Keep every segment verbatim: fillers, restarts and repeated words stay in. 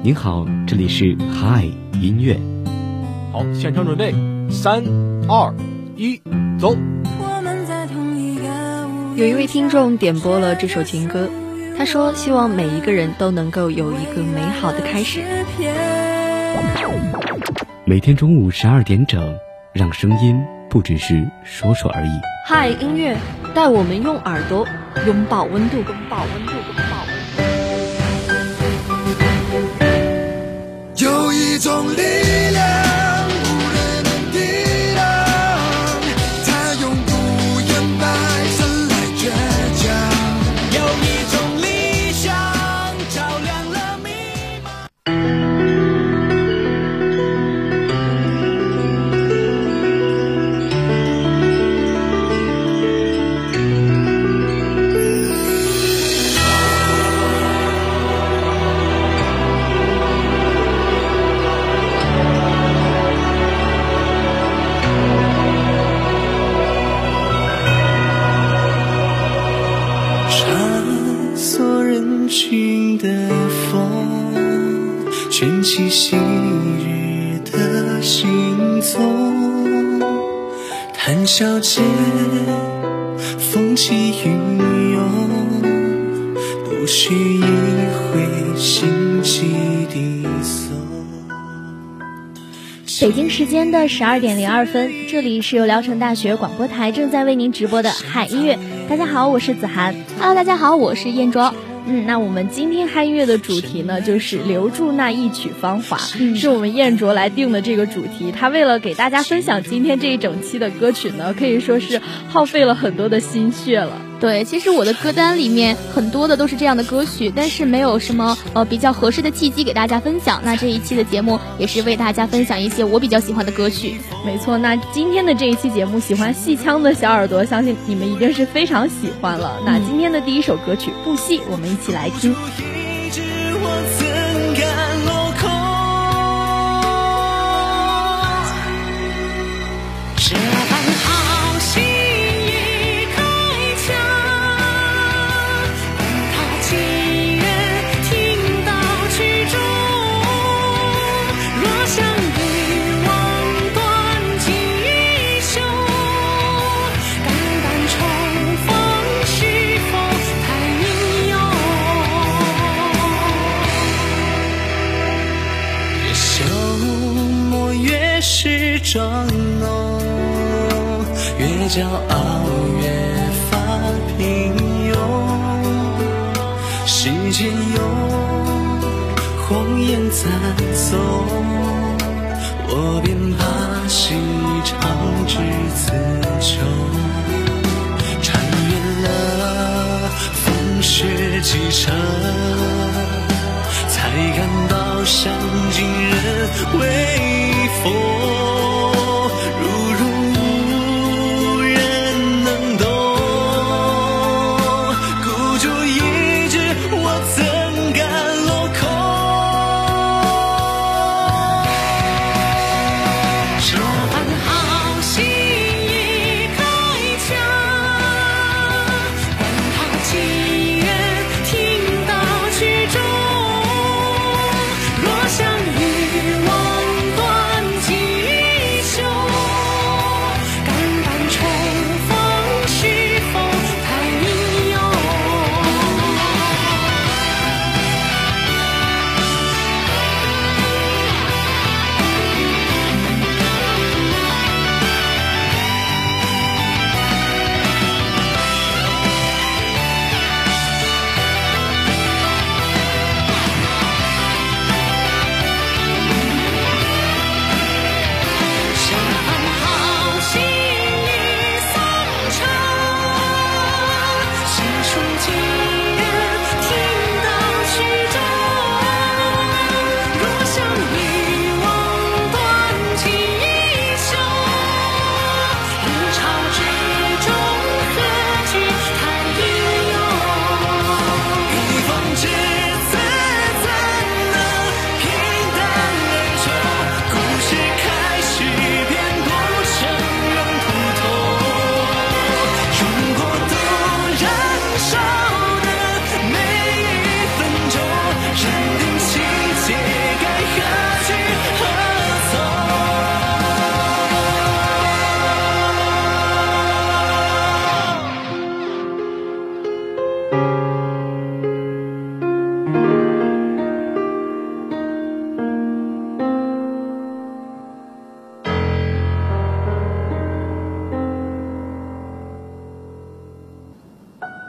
您好，这里是嗨音乐。 好，现场准备，三二一，走。 有一位听众点播了这首情歌，他说希望每一个人都能够有一个美好的开始。 每天中午十二点整，让声音不只是说说而已。 嗨音乐，带我们用耳朵拥抱温度，拥抱温度，拥抱温度。有一种力量。 卷起昔日的行踪，谈笑间风起云涌，不需一回心悸低诉。 北京时间的十二点零二分，这里是由聊城大学广播台正在为您直播的嗨音乐。大家好，我是子涵。 Hello， 大家好，我是燕卓。 嗯，那我们今天嗨音乐的主题呢，就是留住那一曲芳华，嗯、是我们燕卓来定的这个主题。他为了给大家分享今天这一整期的歌曲呢，可以说是耗费了很多的心血了。 对，其实我的歌单里面很多的都是这样的歌曲，但是没有什么呃比较合适的契机给大家分享。那这一期的节目也是为大家分享一些我比较喜欢的歌曲。 没错，那今天的这一期节目，喜欢戏腔的小耳朵，相信你们一定是非常喜欢了。那今天的第一首歌曲《不息》，我们一起来听。 是装浓，越骄傲越发平庸。世间有谎言在走，我便怕戏长至此秋。穿越了风雪几程，才感到伤尽人微风。 若相遇望断机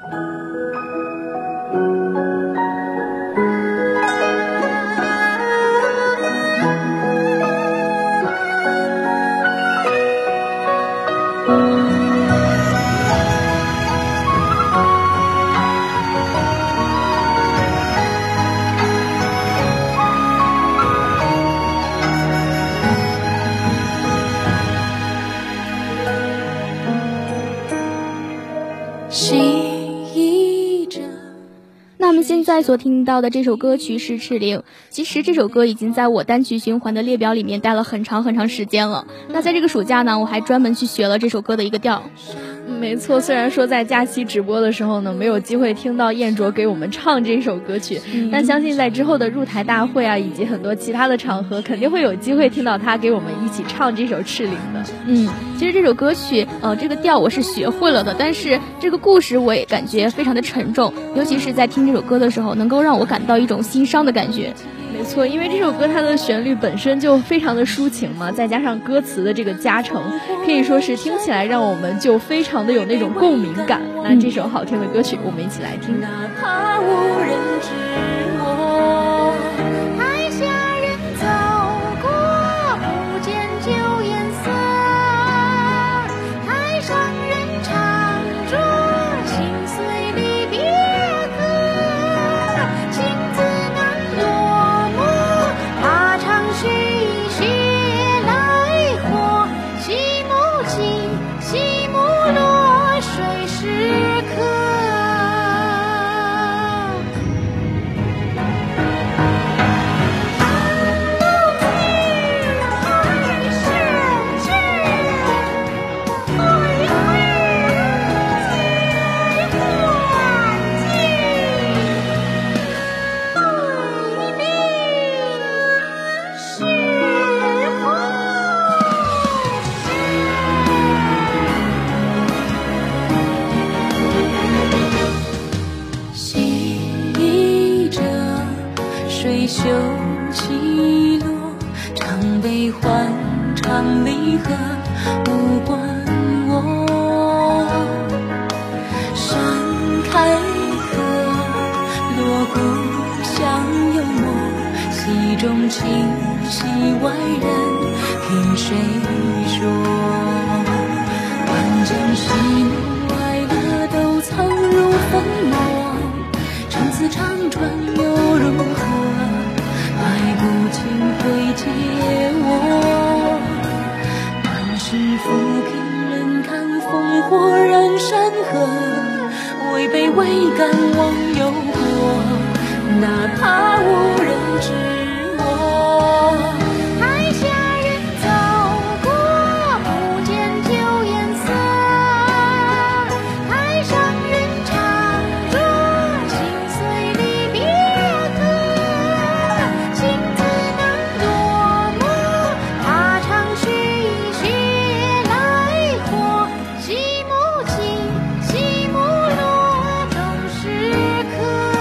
现在所听到的这首歌曲是《赤灵》，其实这首歌已经在我单曲循环的列表里面待了很长很长时间了。那在这个暑假呢，我还专门去学了这首歌的一个调。 没错，虽然说在假期直播的时候呢，没有机会听到燕卓给我们唱这首歌曲，嗯、但相信在之后的入台大会啊，以及很多其他的场合，肯定会有机会听到他给我们一起唱这首《赤灵》的。 嗯，其实这首歌曲，呃，这个调我是学会了的，但是这个故事我也感觉非常的沉重，尤其是在听这首歌的时候，能够让我感到一种心伤的感觉。 没错，因为这首歌它的旋律本身就非常的抒情嘛，再加上歌词的这个加成，可以说是听起来让我们就非常的有那种共鸣感。那这首好听的歌曲，我们一起来听。 哪怕无人知我，台下人走过，不见旧颜色，台上人唱着心碎离别歌，情字难落幕，怕长续一血来活，细幕起，细幕落，谁时刻水袖起落，唱悲欢，唱离合，无关我。山开合，锣鼓响幽默，戏中情，戏外人，听谁说？万江喜怒哀乐都藏入粉墨，陈词唱穿又如何？白骨情会借我，满是浮萍人看烽火燃山河，违背未敢忘忧国，哪怕无人知我。台下人走过，不见旧颜色，台上人唱着心碎离别歌，情字难落幕，怕长续一血来活，细幕起，细幕落，终时刻。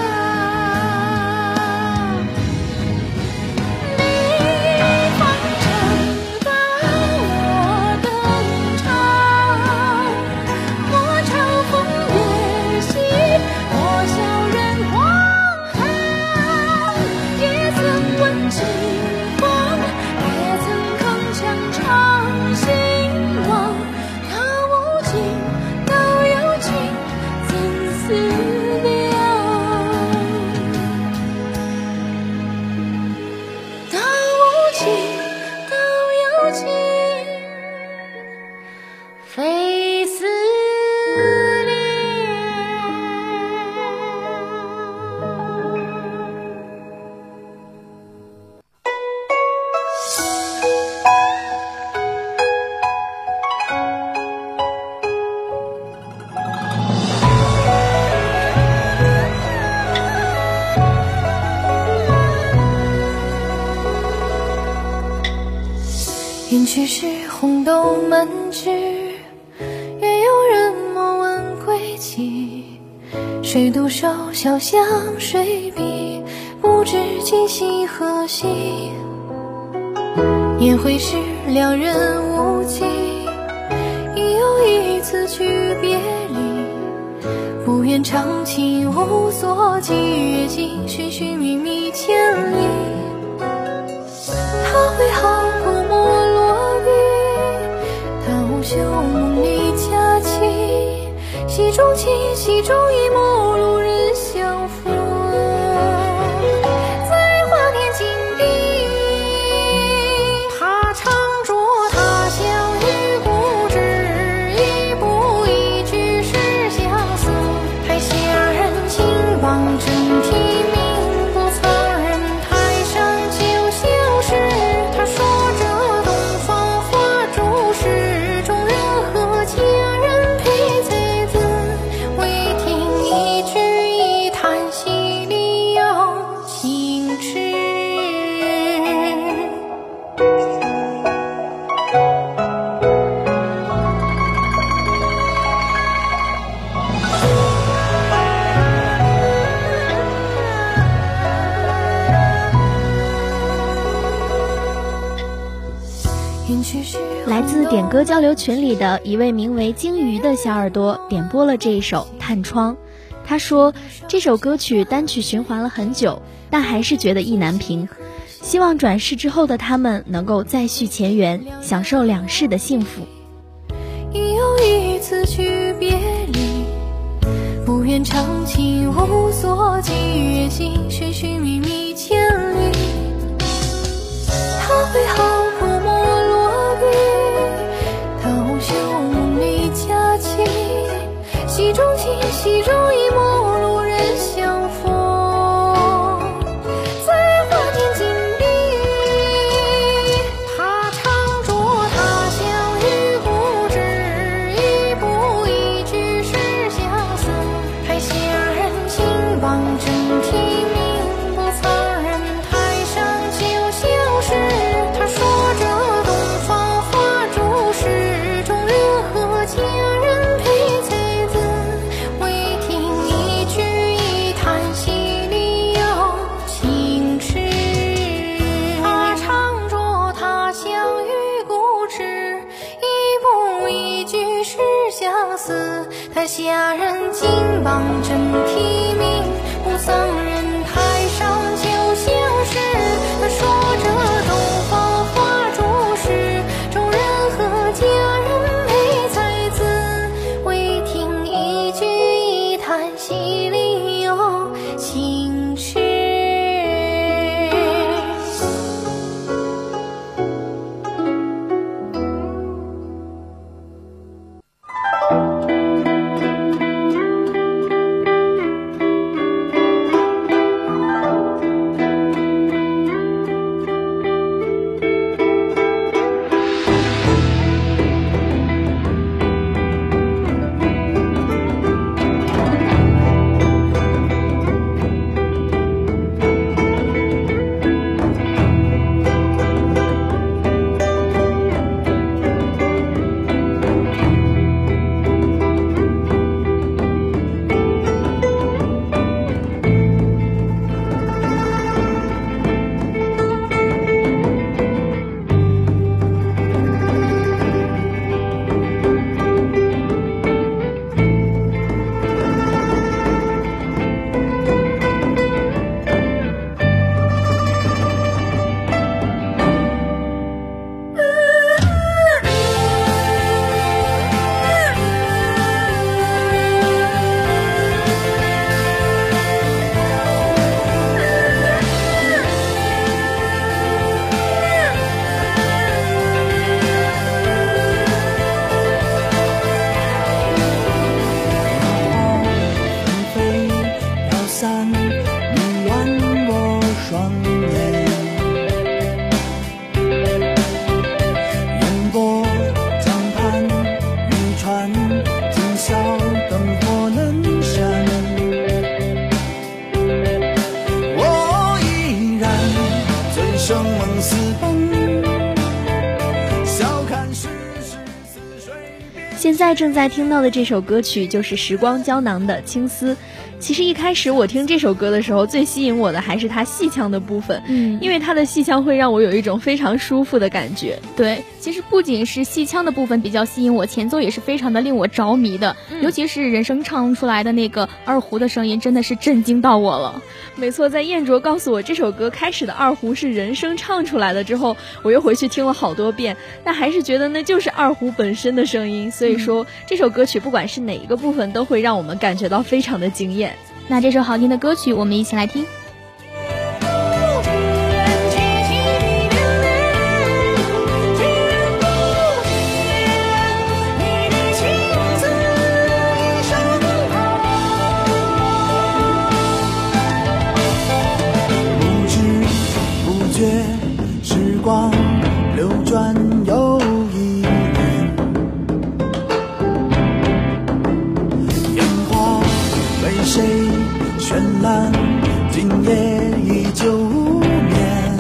离方城把我登场，莫嘲风月兮，莫笑人荒唐。也曾问青黄，也曾铿锵唱兴亡，他无情，道有情，怎思量？道无情，道有情，非思量。云去时红豆满枝，也有人莫问归期。谁独守潇湘水碧，不知今夕何夕。年会时两人无期，已有一次句别离，不愿言长情无所寄，月尽寻寻觅觅千里。他会好过莫落笔，他无休梦里佳期，戏中情，戏中意，陌路人相逢。 来自点歌交流群里的一位名为鲸鱼的小耳朵点播了这一首《探窗》。他说这首歌曲单曲循环了很久，但还是觉得意难平，希望转世之后的他们能够再续前缘，享受两世的幸福。 已有一次去别离，不愿长情无所寄，月尽寻寻觅觅千里。他会好过莫落笔，他无休梦里佳期，戏中情，戏中意，陌路人相逢。在花间紧闭，他常着他乡遇故知，一步一句是相思。台下人情望真体明，不藏人台上就消失。他说着东方花烛时，众人和家人陪才子，唯听一句一叹息里有情痴。他常着他乡遇故知，一步一句是相思。台下人紧望真体明，不藏人台上就消失。他说着东方花烛时，众人和家人陪才子，唯听一句一叹息里有情痴。 在正在听到的这首歌曲就是时光胶囊的青丝。其实一开始我听这首歌的时候，最吸引我的还是它戏腔的部分， 嗯， 因为它的戏腔会让我有一种非常舒服的感觉。 对，其实不仅是戏腔的部分比较吸引我，前奏也是非常的令我着迷的，嗯、尤其是人声唱出来的那个二胡的声音，真的是震惊到我了。 没错，在燕卓告诉我这首歌开始的二胡是人声唱出来的之后，我又回去听了好多遍，但还是觉得那就是二胡本身的声音。所以说、嗯、这首歌曲不管是哪一个部分，都会让我们感觉到非常的惊艳。 那这首好听的歌曲，我们一起来听。 不知不觉，时光流转又一年，烟花为谁绚烂，今夜依旧无眠。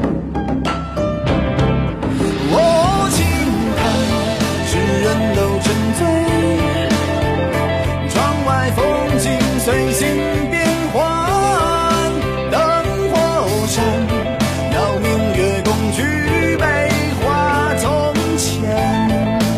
我轻看世人都沉醉，窗外风景随心变幻，灯火闪，遥明月共举杯话从前。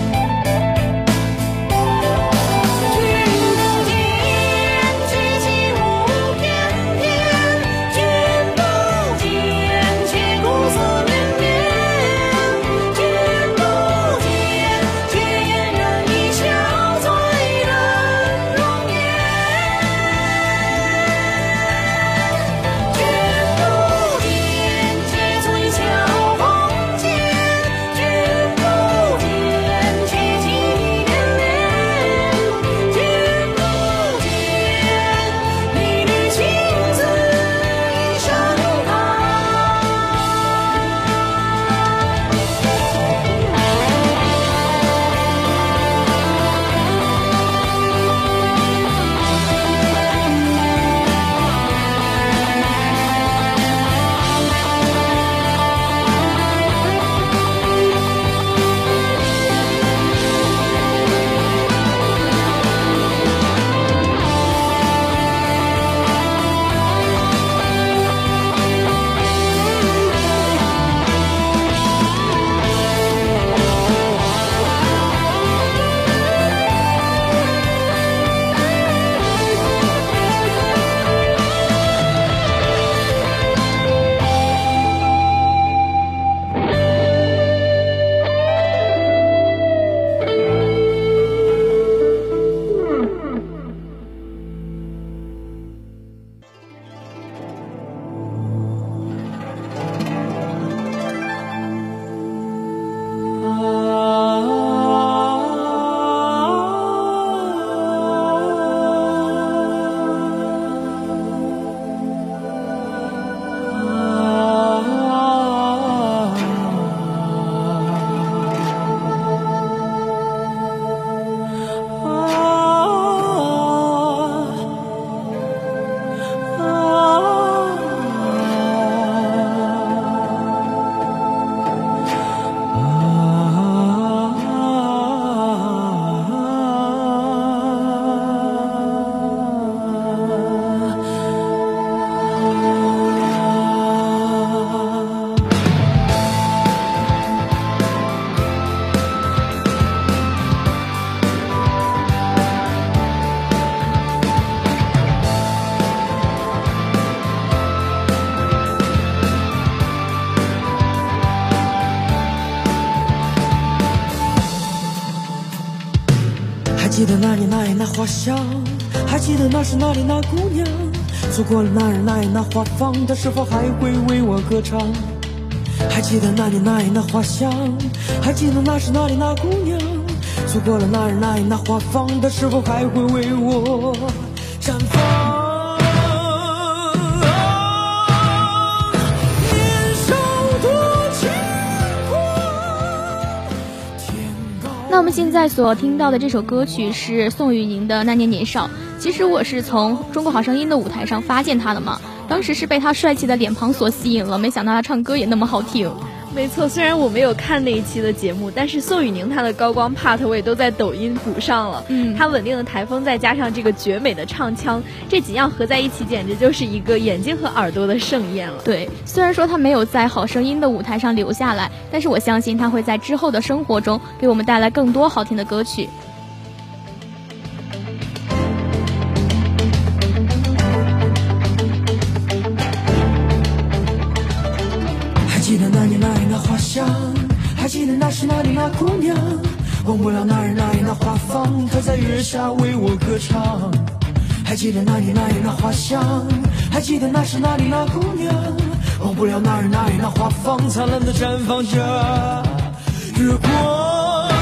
记得那年那夜那花香，还记得那是那里那姑娘，错过了那日那夜那花放，她是否还会为我歌唱？还记得那年那夜那花香，还记得那是那里那姑娘，错过了那日那夜那花放，她是否还会为我绽放？ 那我们现在所听到的这首歌曲是宋雨宁的《那年年少》。其实我是从中国好声音的舞台上发现他的嘛，当时是被他帅气的脸庞所吸引了，没想到他唱歌也那么好听。 没错，虽然我没有看那一期的节目，但是宋雨宁她的高光 part 我也都在抖音补上了。嗯，她稳定的台风再加上这个绝美的唱腔，这几样合在一起，简直就是一个眼睛和耳朵的盛宴了。 对，虽然说她没有在好声音的舞台上留下来，但是我相信她会在之后的生活中给我们带来更多好听的歌曲。 记得那年那夜那花香，还记得那时那里那姑娘，忘不了那日那夜那花房，她在月下为我歌唱。还记得那年那夜那花香，还记得那时那里那姑娘，忘不了那日那夜那花房，灿烂的绽放着月光。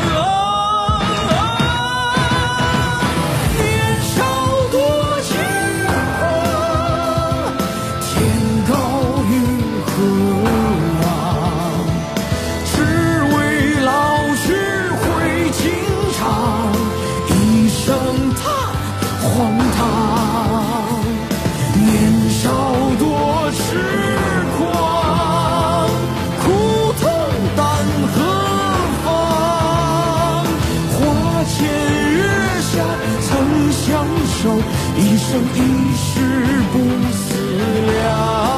一生一世不思量。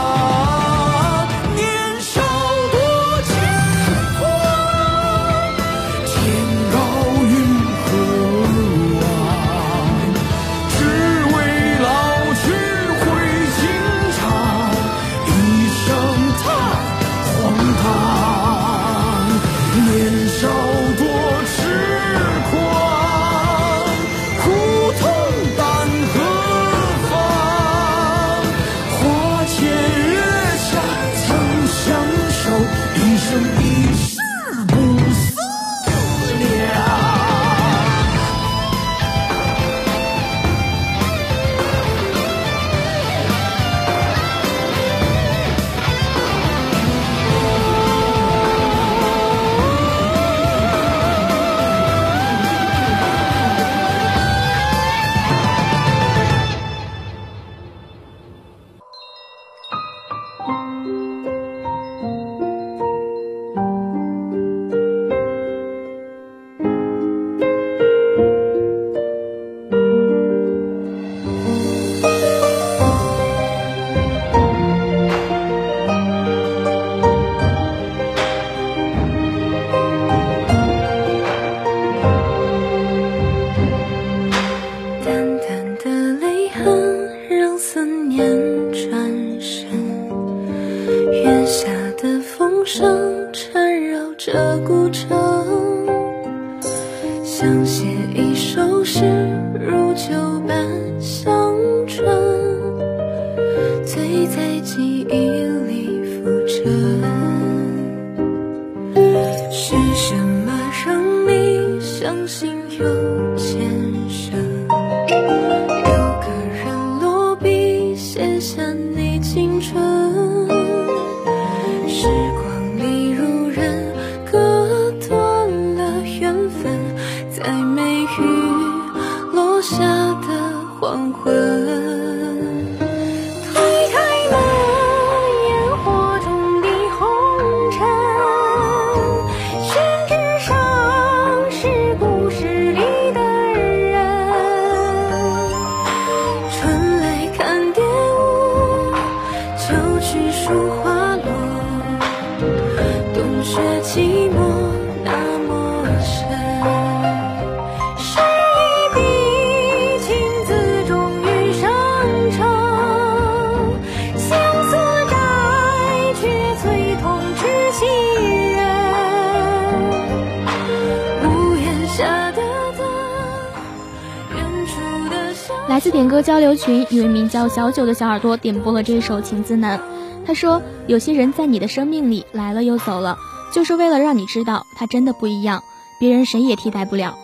来自点歌交流群，一位名叫小九的小耳朵点播了这首《情字难》。他说：“有些人在你的生命里来了又走了，就是为了让你知道他真的不一样，别人谁也替代不了。”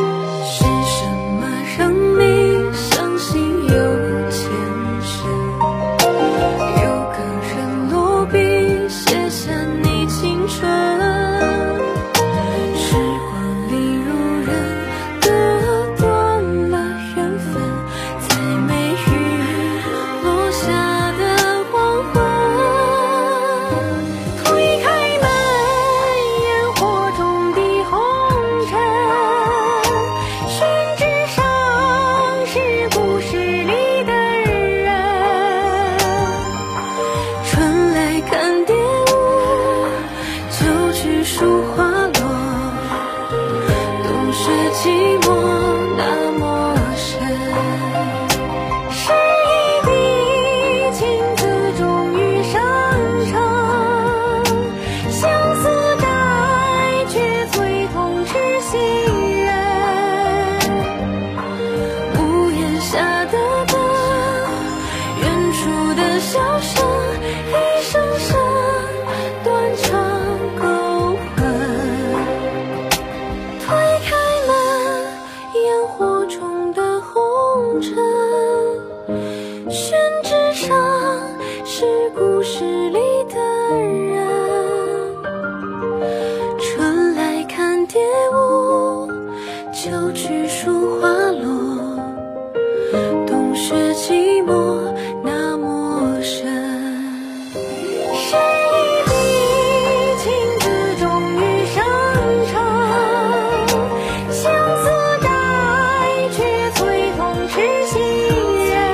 是什么让你相信有前世？ 雪寂寞那么深，是一滴情字终于生成，相思债却催痛痴心人，屋檐下的灯，远处的笑声，一声声断肠勾魂，推开门，烟火中的红尘，宣纸上是故事里的人，春来看蝶舞，秋去数花落，冬雪寂寞那么深，是一滴情字终于生成，相思债却催痛痴心人，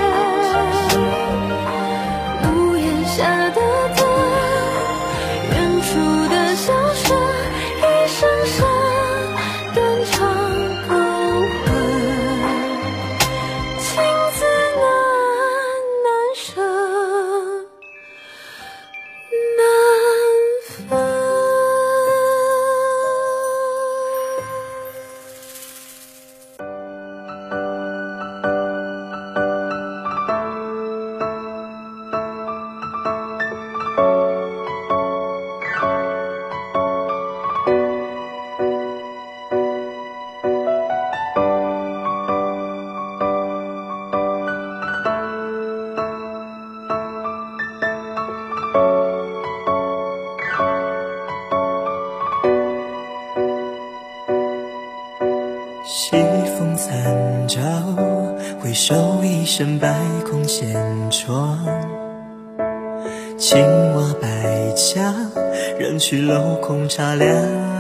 屋檐下的灯，远处的笑声，一声声断肠勾魂，情字难难舍难分。 西风残照，回首一身白空千窗，青瓦白墙，人去楼空茶凉，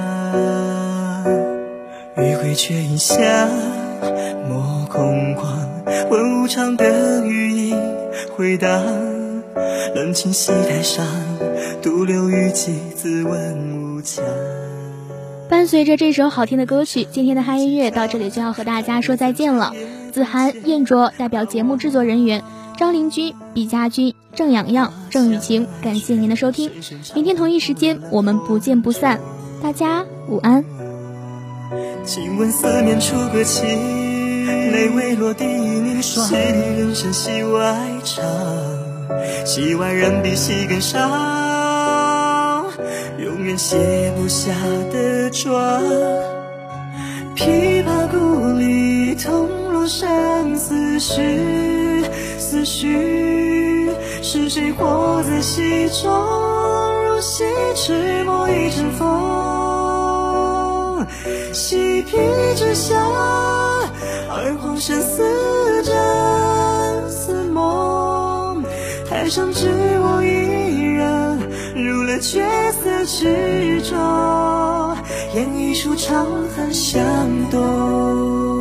余晖却映下莫空旷，问无常的余音回荡，冷清戏台上，独留余迹，自问无疆。 伴随着这首好听的歌曲，今天的嗨音乐到这里就要和大家说再见了。子涵、燕卓代表节目制作人员张凌君、毕家军、郑洋洋、郑雨晴，感谢您的收听。明天同一时间我们不见不散，大家午安。 请问四面楚歌起，泪未落地凝霜，戏里人生戏外场，戏外人比戏更伤，永远卸不下的妆。琵琶故里痛落相思时，思绪是谁活在戏中，如戏痴墨一阵风，嬉皮之下，二黄山似真似梦，台上只我一人，入了角色之中，演一出长恨相懂。